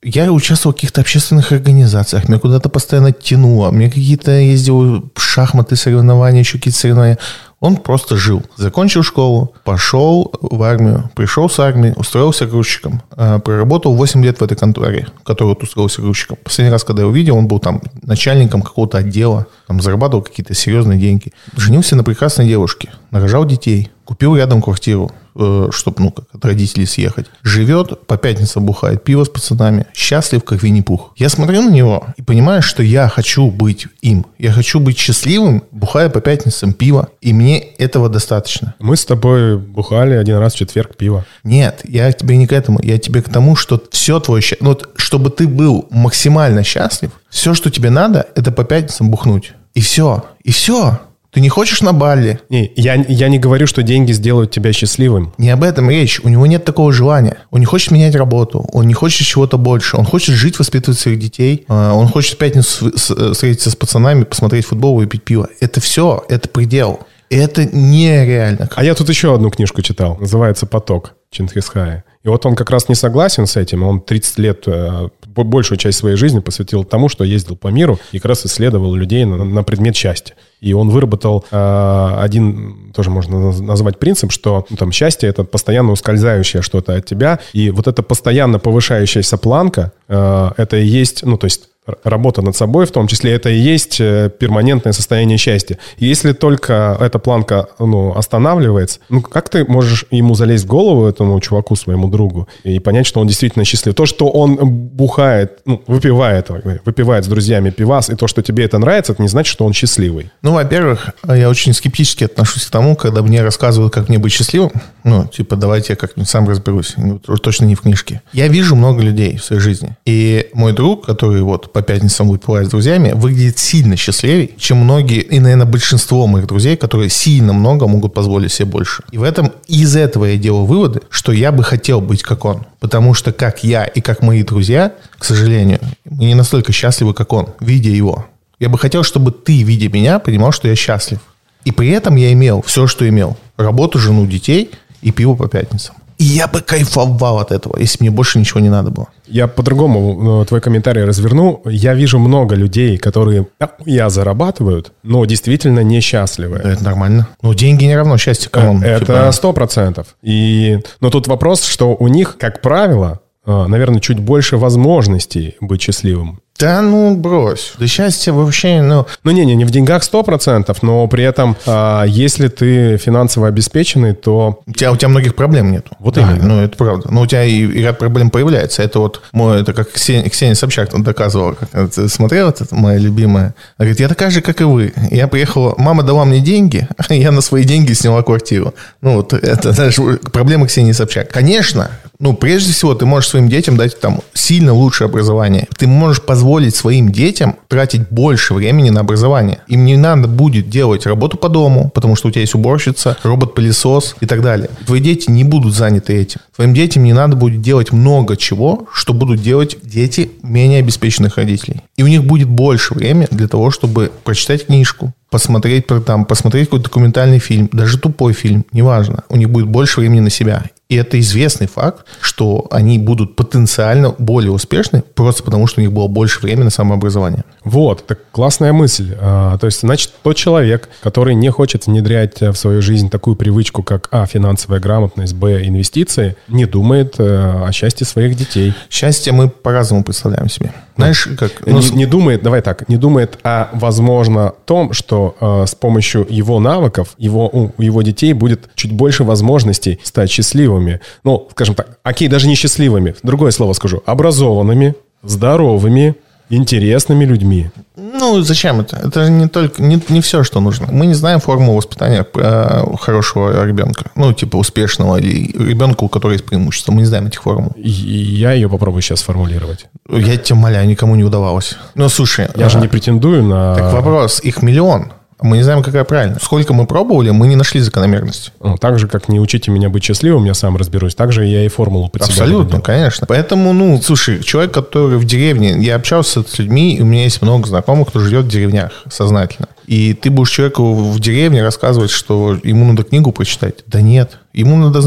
Я участвовал в каких-то общественных организациях, меня куда-то постоянно тянуло, мне какие-то ездил в шахматы, соревнования, еще какие-то соревнования. Он просто жил. Закончил школу, пошел в армию, пришел с армии, устроился грузчиком. Проработал восемь лет в этой конторе, в которой вот устроился грузчиком. Последний раз, когда я его видел, он был там начальником какого-то отдела, там зарабатывал какие-то серьезные деньги. Женился на прекрасной девушке, нарожал детей, купил рядом квартиру, чтобы, ну, как от родителей съехать. Живет, по пятницам бухает пиво с пацанами, счастлив, как Винни-Пух. Я смотрю на него и понимаю, что я хочу быть им. Я хочу быть счастливым, бухая по пятницам пиво, и мне этого достаточно. Мы с тобой бухали один раз в четверг пиво. Нет, я тебе не к этому. Я тебе к тому, что все твое счастье... Ну, вот, чтобы ты был максимально счастлив, все, что тебе надо, это по пятницам бухнуть. И все. И все. Ты не хочешь на Бали? Не, я, я не говорю, что деньги сделают тебя счастливым. Не об этом речь. У него нет такого желания. Он не хочет менять работу. Он не хочет чего-то больше. Он хочет жить, воспитывать своих детей. Он хочет в пятницу встретиться с пацанами, посмотреть футбол и пить пиво. Это все. Это предел. Это нереально. А я тут еще одну книжку читал. Называется «Поток» Чингисхая. И вот он как раз не согласен с этим. Он тридцать лет, большую часть своей жизни посвятил тому, что ездил по миру и как раз исследовал людей на, на предмет счастья. И он выработал э, один, тоже можно назвать принцип, что ну, там, счастье – это постоянно ускользающее что-то от тебя. И вот эта постоянно повышающаяся планка э, – это и есть, ну, то есть работа над собой, в том числе, это и есть перманентное состояние счастья. И если только эта планка, ну, останавливается, ну, как ты можешь ему залезть в голову, этому чуваку, своему другу, и понять, что он действительно счастлив? То, что он бухает, ну, выпивает, выпивает с друзьями пивас, и то, что тебе это нравится, это не значит, что он счастливый. Ну, во-первых, я очень скептически отношусь к тому, когда мне рассказывают, как мне быть счастливым. Ну, типа, давайте я как-нибудь сам разберусь. Точно не в книжке. Я вижу много людей в своей жизни. И мой друг, который вот по пятницам выпивает с друзьями, выглядит сильно счастливее, чем многие, и, наверное, большинство моих друзей, которые сильно много могут позволить себе больше. И в этом, из этого я делаю выводы, что я бы хотел быть как он. Потому что как я и как мои друзья, к сожалению, мы не настолько счастливы, как он, видя его. Я бы хотел, чтобы ты, видя меня, понимал, что я счастлив. И при этом я имел все, что имел. Работу, жену, детей и пиво по пятницам. И я бы кайфовал от этого, если мне больше ничего не надо было. Я по-другому твой комментарий разверну. Я вижу много людей, которые я зарабатывают, но действительно несчастливы. Это нормально. Но деньги не равно счастью. Кому? Это сто процентов. И... Но тут вопрос, что у них, как правило, наверное, чуть больше возможностей быть счастливым. Да ну брось. Да счастье вообще, ну... Ну не-не, не в деньгах сто процентов, но при этом, а, если ты финансово обеспеченный, то... У тебя, у тебя многих проблем нету. Вот да, именно. Ну это правда. Но у тебя и, и ряд проблем появляется. Это вот мой, это как Ксения, Ксения Собчак доказывала. Как, смотрела, это моя любимая. Она говорит, я такая же, как и вы. Я приехала, мама дала мне деньги, а я на свои деньги сняла квартиру. Ну вот это, знаешь, проблема Ксении Собчак. Конечно, ну прежде всего ты можешь своим детям дать там сильно лучшее образование. Ты можешь позволить своим детям тратить больше времени на образование. Им не надо будет делать работу по дому, потому что у тебя есть уборщица, робот-пылесос и так далее. Твои дети не будут заняты этим. Твоим детям не надо будет делать много чего, что будут делать дети менее обеспеченных родителей. И у них будет больше времени для того, чтобы прочитать книжку, посмотреть, там, посмотреть какой-то документальный фильм, даже тупой фильм, неважно. У них будет больше времени на себя. И это известный факт, что они будут потенциально более успешны, просто потому что у них было больше времени на самообразование. Вот, это классная мысль. А, то есть, значит, тот человек, который не хочет внедрять в свою жизнь такую привычку, как а. финансовая грамотность, б. инвестиции, не думает а, о счастье своих детей. Счастье мы по-разному представляем себе. Знаешь, как... Не, не думает, давай так, не думает о, возможно, том, что э, с помощью его навыков его, у его детей будет чуть больше возможностей стать счастливыми. Ну, скажем так, окей, даже не счастливыми, другое слово скажу, образованными, здоровыми, интересными людьми. Ну, зачем это? Это же не только, не, не все, что нужно. Мы не знаем формулу воспитания э, хорошего ребенка. Ну, типа успешного или ребенка, у которого есть преимущество. Мы не знаем этих формул. И я ее попробую сейчас сформулировать. Я тебя умоляю, никому не удавалось. Ну, слушай. Я а, же не претендую на... Так вопрос, их миллион. Мы не знаем, какая правильная. Сколько мы пробовали, мы не нашли закономерности. Ну, так же, как не учите меня быть счастливым, я сам разберусь. Так же я и формулу под себя Абсолютно, выделил. Конечно. Поэтому, ну, слушай, человек, который в деревне... Я общался с людьми, и у меня есть много знакомых, кто живет в деревнях сознательно. И ты будешь человеку в деревне рассказывать, что ему надо книгу прочитать. Да нет. Ему надо знать, как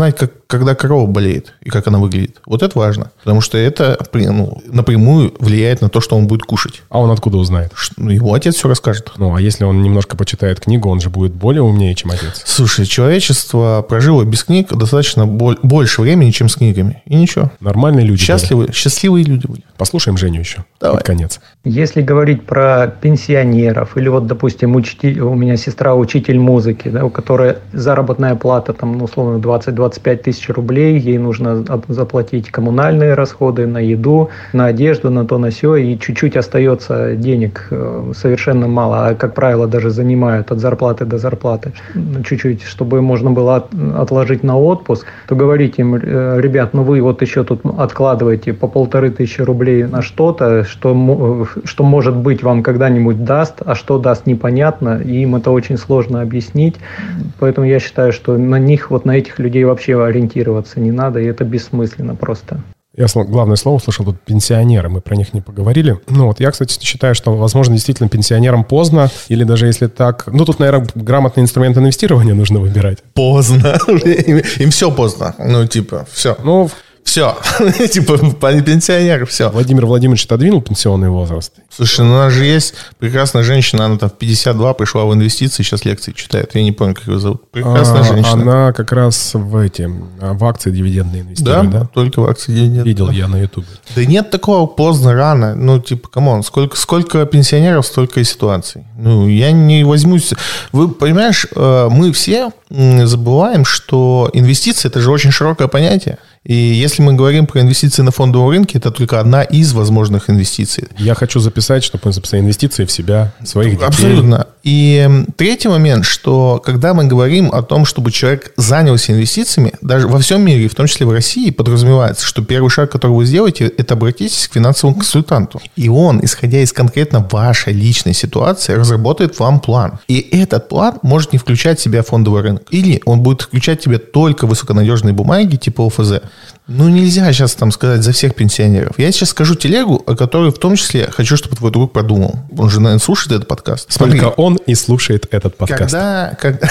когда корова болеет и как она выглядит. Вот это важно. Потому что это ну, напрямую влияет на то, что он будет кушать. А он откуда узнает? Ну, его отец все расскажет. Ну, а если он немножко почитает книгу, он же будет более умнее, чем отец. Слушай, человечество прожило без книг достаточно боль, больше времени, чем с книгами. И ничего. Нормальные люди. Счастливые, счастливые люди были. Послушаем Женю еще. Давай. Под конец. Если говорить про пенсионеров, или вот, допустим, учитель, у меня сестра учитель музыки, да, у которой заработная плата, там, ну, условно, двадцать-двадцать пять тысяч рублей, ей нужно заплатить коммунальные расходы на еду, на одежду, на то, на сё, и чуть-чуть остается денег, совершенно мало, а, как правило, даже занимают от зарплаты до зарплаты, чуть-чуть, чтобы можно было от, отложить на отпуск, то говорите им: ребят, ну вы вот еще тут откладываете по полторы тысячи рублей на что-то, что, что может быть вам когда-нибудь даст, а что даст непонятно, и им это очень сложно объяснить, поэтому я считаю, что на них, вот на этих людей вообще ориентироваться не надо, и это бессмысленно просто. Я главное слово услышал тут пенсионеры, мы про них не поговорили. Ну вот я, кстати, считаю, что, возможно, действительно пенсионерам поздно, или даже если так... Ну тут, наверное, грамотный инструмент инвестирования нужно выбирать. Поздно. Им, им все поздно. Ну, типа, все. Ну, все. Типа, пенсионеры, все. Владимир Владимирович отодвинул пенсионный возраст. Слушай, ну у нас же есть прекрасная женщина, она там в пятьдесят два пришла в инвестиции, сейчас лекции читает. Я не помню, как ее зовут. Прекрасная а, женщина. Она как раз в эти, в акции дивидендные инвестирует, да? Да, только в акции дивидендные. Видел я на ютубе. Да нет такого поздно, рано. Ну, типа, камон, сколько, сколько пенсионеров, столько и ситуаций. Ну, я не возьмусь... Вы, понимаешь, мы все забываем, что инвестиции – это же очень широкое понятие. И если мы говорим про инвестиции на фондовом рынке, это только одна из возможных инвестиций. Я хочу записать, чтобы мы записали инвестиции в себя, в своих детей. Абсолютно. И третий момент, что когда мы говорим о том, чтобы человек занялся инвестициями, даже во всем мире, в том числе в России, подразумевается, что первый шаг, который вы сделаете, это обратитесь к финансовому консультанту. И он, исходя из конкретно вашей личной ситуации, разработает вам план. И этот план может не включать в себя фондовый рынок. Или он будет включать в себя только высоконадежные бумаги типа О Ф З. Ну, нельзя сейчас там сказать за всех пенсионеров. Я сейчас скажу телегу, о которой в том числе хочу, чтобы твой друг продумал. Он же, наверное, слушает этот подкаст. Смотри, только он и слушает этот подкаст. Когда, когда...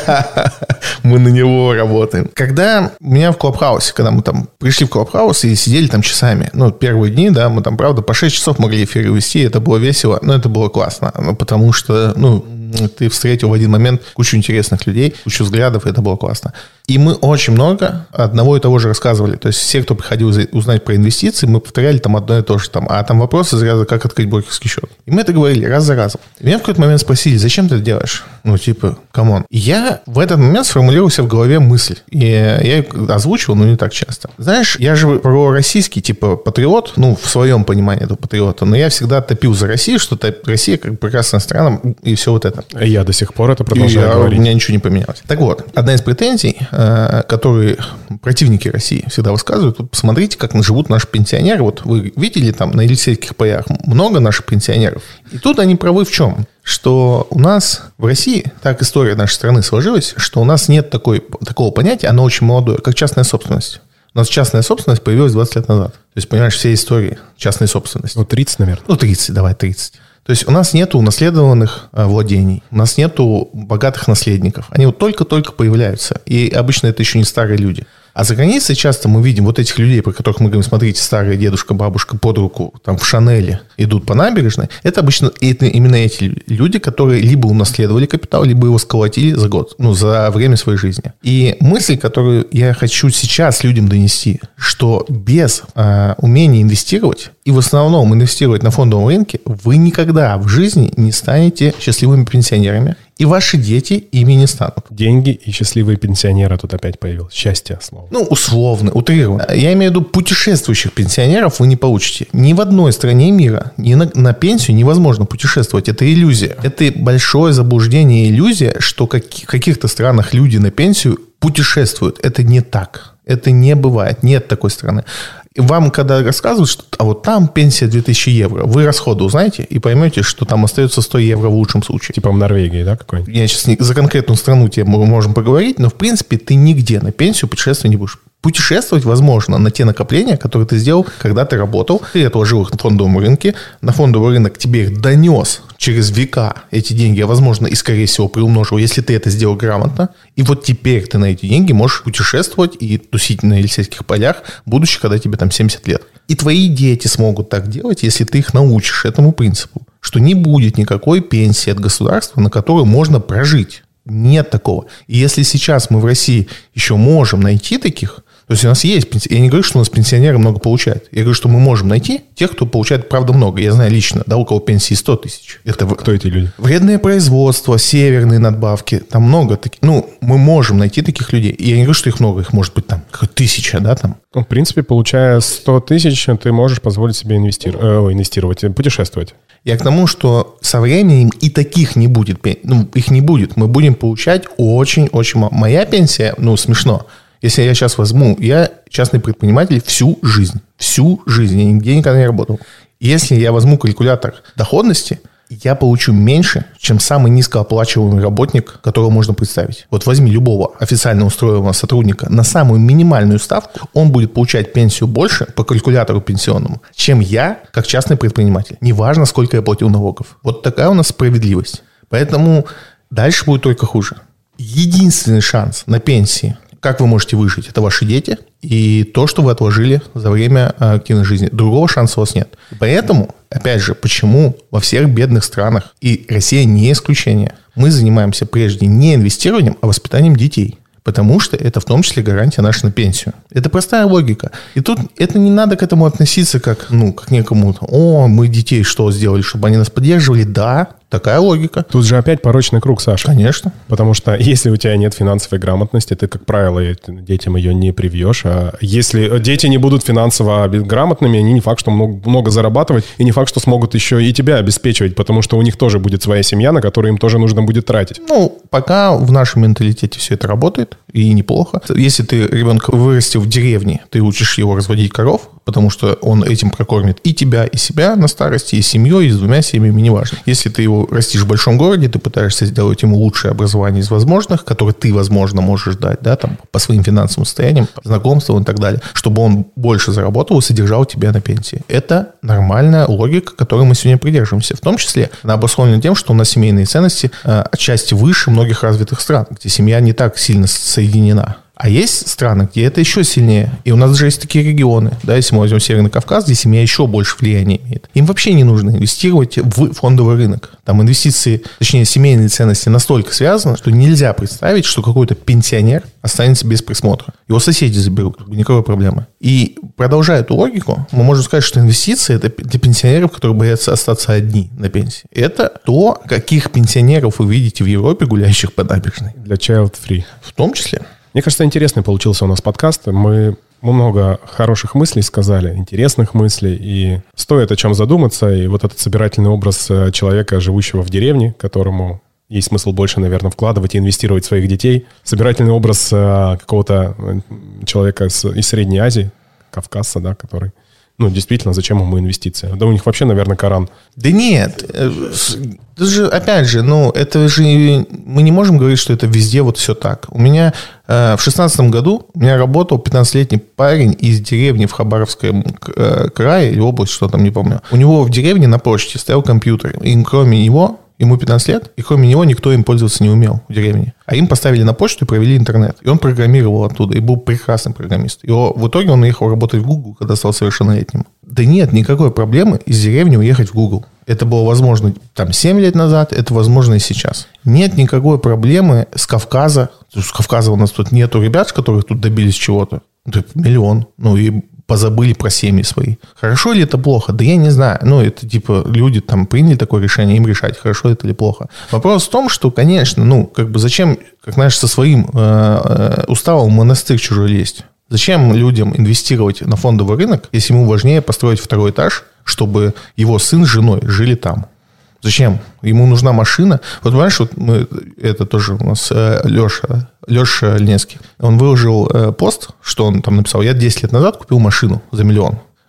мы на него работаем. Когда у меня в Клабхаусе, когда мы там пришли в Клабхаус и сидели там часами, ну, первые дни, да, мы там, правда, по шесть часов могли эфиры вести, это было весело, но это было классно, потому что, ну, ты встретил в один момент кучу интересных людей, кучу взглядов, и это было классно. И мы очень много одного и того же рассказывали. То есть все, кто приходил узнать про инвестиции, мы повторяли там одно и то же. Там, а там вопросы из ряда, как открыть брокерский счет. И мы это говорили раз за разом. И меня в какой-то момент спросили: зачем ты это делаешь? Ну, типа, камон. И я в этот момент сформулировал себе в голове мысль. И я ее озвучивал, но не так часто. Знаешь, я же пророссийский, типа, патриот, ну, в своем понимании этого патриота, но я всегда топил за Россию, что Россия как прекрасная страна и все вот это. Я до сих пор это продолжаю и говорить. У меня ничего не поменялось. Так вот, одна из претензий, которые противники России всегда высказывают: вот посмотрите, как живут наши пенсионеры. Вот вы видели там на Елисейских полях много наших пенсионеров. И тут они правы в чем? Что у нас в России, так история нашей страны сложилась, что у нас нет такой, такого понятия, оно очень молодое, как частная собственность. У нас частная собственность появилась двадцать лет назад. То есть, понимаешь, все истории частной собственности. Ну, тридцать, наверное. Ну, тридцать, давай, тридцать. То есть у нас нету унаследованных владений, у нас нету богатых наследников. Они вот только-только появляются. И обычно это еще не старые люди. А за границей часто мы видим вот этих людей, про которых мы говорим: смотрите, старый дедушка, бабушка под руку, там в Шанеле идут по набережной. Это обычно это именно эти люди, которые либо унаследовали капитал, либо его сколотили за год, ну, за время своей жизни. И мысль, которую я хочу сейчас людям донести, что без э, умения инвестировать, и в основном инвестировать на фондовом рынке, вы никогда в жизни не станете счастливыми пенсионерами. И ваши дети ими не станут. Деньги и счастливые пенсионеры тут опять появилось. Счастье слово. Ну, условно, утрированно. Я имею в виду, путешествующих пенсионеров вы не получите. Ни в одной стране мира ни на, на пенсию невозможно путешествовать. Это иллюзия. Это большое заблуждение и иллюзия, что как, в каких-то странах люди на пенсию путешествуют. Это не так. Это не бывает. Нет такой страны. Вам, когда рассказывают, что а вот там пенсия две тысячи евро, вы расходы узнаете и поймете, что там остается сто евро в лучшем случае. Типа в Норвегии, да, какой-нибудь? Я сейчас не, за конкретную страну тебе мы можем поговорить, но, в принципе, ты нигде на пенсию путешествовать не будешь. Путешествовать возможно на те накопления, которые ты сделал, когда ты работал, ты отложил их на фондовом рынке, на фондовый рынок тебе их донес через века эти деньги, а возможно и, скорее всего, приумножил, если ты это сделал грамотно. И вот теперь ты на эти деньги можешь путешествовать и тусить на Елисейских полях, будучи, когда тебе там семьдесят лет. И твои дети смогут так делать, если ты их научишь этому принципу, что не будет никакой пенсии от государства, на которую можно прожить. Нет такого. И если сейчас мы в России еще можем найти таких, то есть у нас есть пенсионеры. Я не говорю, что у нас пенсионеры много получают. Я говорю, что мы можем найти тех, кто получает, правда, много. Я знаю лично, да, у кого пенсии сто тысяч. Это кто эти люди? Вредное производство, северные надбавки. Там много таких. Ну, мы можем найти таких людей. И я не говорю, что их много. Их может быть там тысяча, да, там. Ну, в принципе, получая сто тысяч, ты можешь позволить себе инвестировать, э, инвестировать, путешествовать. Я к тому, что со временем и таких не будет. Ну, их не будет. Мы будем получать очень-очень мало. Моя пенсия, ну, смешно. Если я сейчас возьму, я частный предприниматель всю жизнь. Всю жизнь. Я нигде никогда не работал. Если я возьму калькулятор доходности, я получу меньше, чем самый низкооплачиваемый работник, которого можно представить. Вот возьми любого официально устроенного сотрудника на самую минимальную ставку, он будет получать пенсию больше по калькулятору пенсионному, чем я, как частный предприниматель. Неважно, сколько я платил налогов. Вот такая у нас справедливость. Поэтому дальше будет только хуже. Единственный шанс на пенсии, как вы можете выжить, это ваши дети и то, что вы отложили за время активной жизни. Другого шанса у вас нет. Поэтому, опять же, почему во всех бедных странах, и Россия не исключение, мы занимаемся прежде не инвестированием, а воспитанием детей. Потому что это в том числе гарантия наша на пенсию. Это простая логика. И тут это не надо к этому относиться как, ну, как некому, о, мы детей что сделали, чтобы они нас поддерживали. Да, такая логика. Тут же опять порочный круг, Саша. Конечно. Потому что если у тебя нет финансовой грамотности, ты, как правило, детям ее не привьешь. А если дети не будут финансово грамотными, они не факт, что много, много зарабатывать, и не факт, что смогут еще и тебя обеспечивать, потому что у них тоже будет своя семья, на которую им тоже нужно будет тратить. Ну, пока в нашем менталитете все это работает, и неплохо. Если ты ребенка вырастил в деревне, ты учишь его разводить коров, потому что он этим прокормит и тебя, и себя на старости, и семьей, и с двумя семьями, неважно. Если ты его растишь в большом городе, ты пытаешься сделать ему лучшее образование из возможных, которое ты, возможно, можешь дать, да, там, по своим финансовым состояниям, знакомствам и так далее, чтобы он больше заработал и содержал тебя на пенсии. Это нормальная логика, которой мы сегодня придерживаемся. В том числе она обусловлена тем, что у нас семейные ценности э, отчасти выше многих развитых стран, где семья не так сильно соединена. А есть страны, где это еще сильнее. И у нас даже есть такие регионы. Да, если мы возьмем Северный Кавказ, где семья еще больше влияния имеет. Им вообще не нужно инвестировать в фондовый рынок. Там инвестиции, точнее, семейные ценности настолько связаны, что нельзя представить, что какой-то пенсионер останется без присмотра. Его соседи заберут. Никакой проблемы. И продолжая эту логику, мы можем сказать, что инвестиции – это для пенсионеров, которые боятся остаться одни на пенсии. Это то, каких пенсионеров вы видите в Европе, гуляющих по набережной. Для child free. В том числе. Мне кажется, интересный получился у нас подкаст. Мы, мы много хороших мыслей сказали, интересных мыслей, и стоит о чем задуматься. И вот этот собирательный образ человека, живущего в деревне, которому есть смысл больше, наверное, вкладывать и инвестировать в своих детей. Собирательный образ какого-то человека из Средней Азии, кавказца, да, который... Ну, действительно, зачем ему инвестиции? Да у них вообще, наверное, Коран. Да нет. Это же, опять же, ну, это же... Мы не можем говорить, что это везде вот все так. У меня э, в шестнадцатом году у меня работал пятнадцатилетний парень из деревни в Хабаровском крае, или область, что там, не помню. У него в деревне на почте стоял компьютер. И кроме него... Ему пятнадцать лет, и кроме него никто им пользоваться не умел в деревне. А им поставили на почту и провели интернет. И он программировал оттуда, и был прекрасным программистом. И в итоге он уехал работать в Google, когда стал совершеннолетним. Да нет никакой проблемы из деревни уехать в Google. Это было возможно там семь лет назад, это возможно и сейчас. Нет никакой проблемы с Кавказа. С Кавказа у нас тут нету ребят, которые тут добились чего-то. Это миллион. Ну и... позабыли про семьи свои. Хорошо ли это плохо? Да я не знаю. Ну, это типа люди там приняли такое решение, им решать, хорошо это или плохо. Вопрос в том, что, конечно, ну, как бы зачем, как знаешь, со своим э, уставом в монастырь чужой лезть? Зачем людям инвестировать на фондовый рынок, если ему важнее построить второй этаж, чтобы его сын с женой жили там? Зачем? Ему нужна машина. Вот понимаешь, вот мы, это тоже у нас э, Леша, Леша Линецкий. Он выложил э, пост, что он там написал: я десять лет назад купил машину за миллион.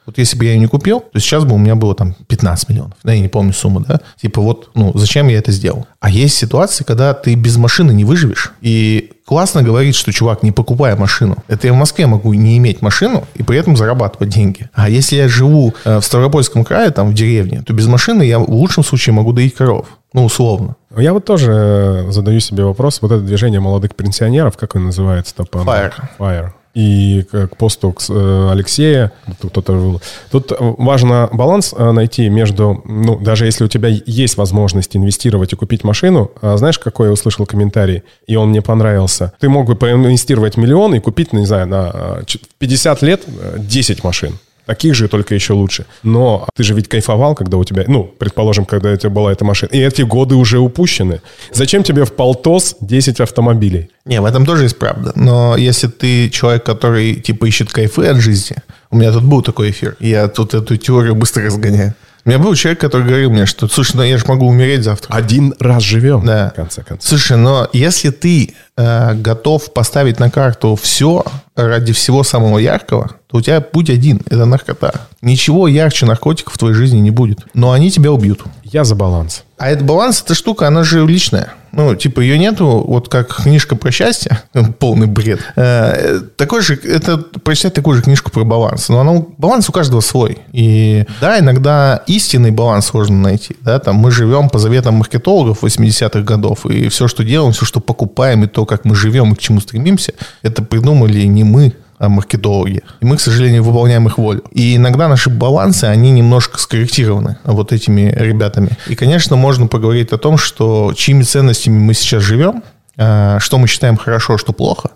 Вот если бы я ее не купил, то сейчас бы у меня было там пятнадцать миллионов. Да, я не помню сумму, да? Типа вот, ну, зачем я это сделал? А есть ситуации, когда ты без машины не выживешь. И классно говорить, что, чувак, не покупай машину. Это я в Москве могу не иметь машину и при этом зарабатывать деньги. А если я живу в Ставропольском крае, там, в деревне, то без машины я в лучшем случае могу доить коров. Ну, условно. Я вот тоже задаю себе вопрос. Вот это движение молодых пенсионеров, как оно называется-то? Fire. Fire. И к посту Алексея, тут, кто-то, тут важно баланс найти между, ну, даже если у тебя есть возможность инвестировать и купить машину, знаешь, какой я услышал комментарий, и он мне понравился. Ты мог бы поинвестировать миллион и купить, не знаю, на пятьдесят лет десять машин. Таких же, только еще лучше. Но ты же ведь кайфовал, когда у тебя, ну, предположим, когда у тебя была эта машина. И эти годы уже упущены. Зачем тебе в полтос десять автомобилей? Не, в этом тоже есть правда. Но если ты человек, который, типа, ищет кайфы от жизни... У меня тут был такой эфир. Я тут эту теорию быстро разгоняю. У меня был человек, который говорил мне, что, слушай, ну я же могу умереть завтра. Один раз живем, да. В конце концов. Слушай, но если ты э, готов поставить на карту все ради всего самого яркого, то у тебя путь один – это наркота. Ничего ярче наркотиков в твоей жизни не будет. Но они тебя убьют. Я за баланс. А этот баланс, эта штука, она же личная. Ну, типа, ее нету, вот как книжка про счастье, полный бред. Э, такой же, это прочитать такую же книжку про баланс. Но она, баланс у каждого свой. И да, иногда истинный баланс сложно найти. Да? Там мы живем по заветам маркетологов восьмидесятых годов, и все, что делаем, все, что покупаем, и то, как мы живем и к чему стремимся, это придумали не мы, а маркетологи. И мы, к сожалению, выполняем их волю. И иногда наши балансы, они немножко скорректированы вот этими ребятами. И, конечно, можно поговорить о том, что чьими ценностями мы сейчас живем, что мы считаем хорошо, что плохо,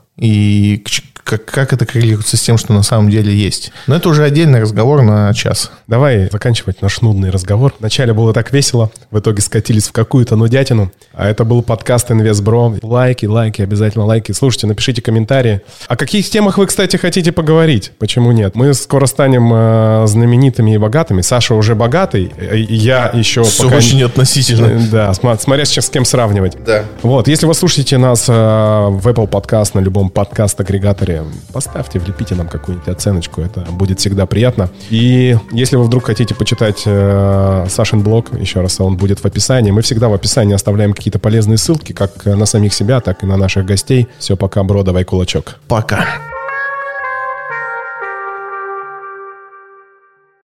и как, как это коррелируется с тем, что на самом деле есть. Но это уже отдельный разговор на час. Давай заканчивать наш нудный разговор. Вначале было так весело, в итоге скатились в какую-то нудятину. А это был подкаст InvestBro. Лайки, лайки, обязательно лайки. Слушайте, напишите комментарии. О каких темах вы, кстати, хотите поговорить? Почему нет? Мы скоро станем э, знаменитыми и богатыми. Саша уже богатый, я еще Все пока... очень относительно. Да, смотря с кем сравнивать. Да. Вот, если вы слушаете нас э, в Apple Podcast, на любом подкаст-агрегаторе, поставьте, влепите нам какую-нибудь оценочку. Это будет всегда приятно. И если вы вдруг хотите почитать э, Сашин блог, еще раз, он будет в описании. Мы всегда в описании оставляем какие-то полезные ссылки, как на самих себя, так и на наших гостей. Все, пока, бро, давай кулачок. Пока.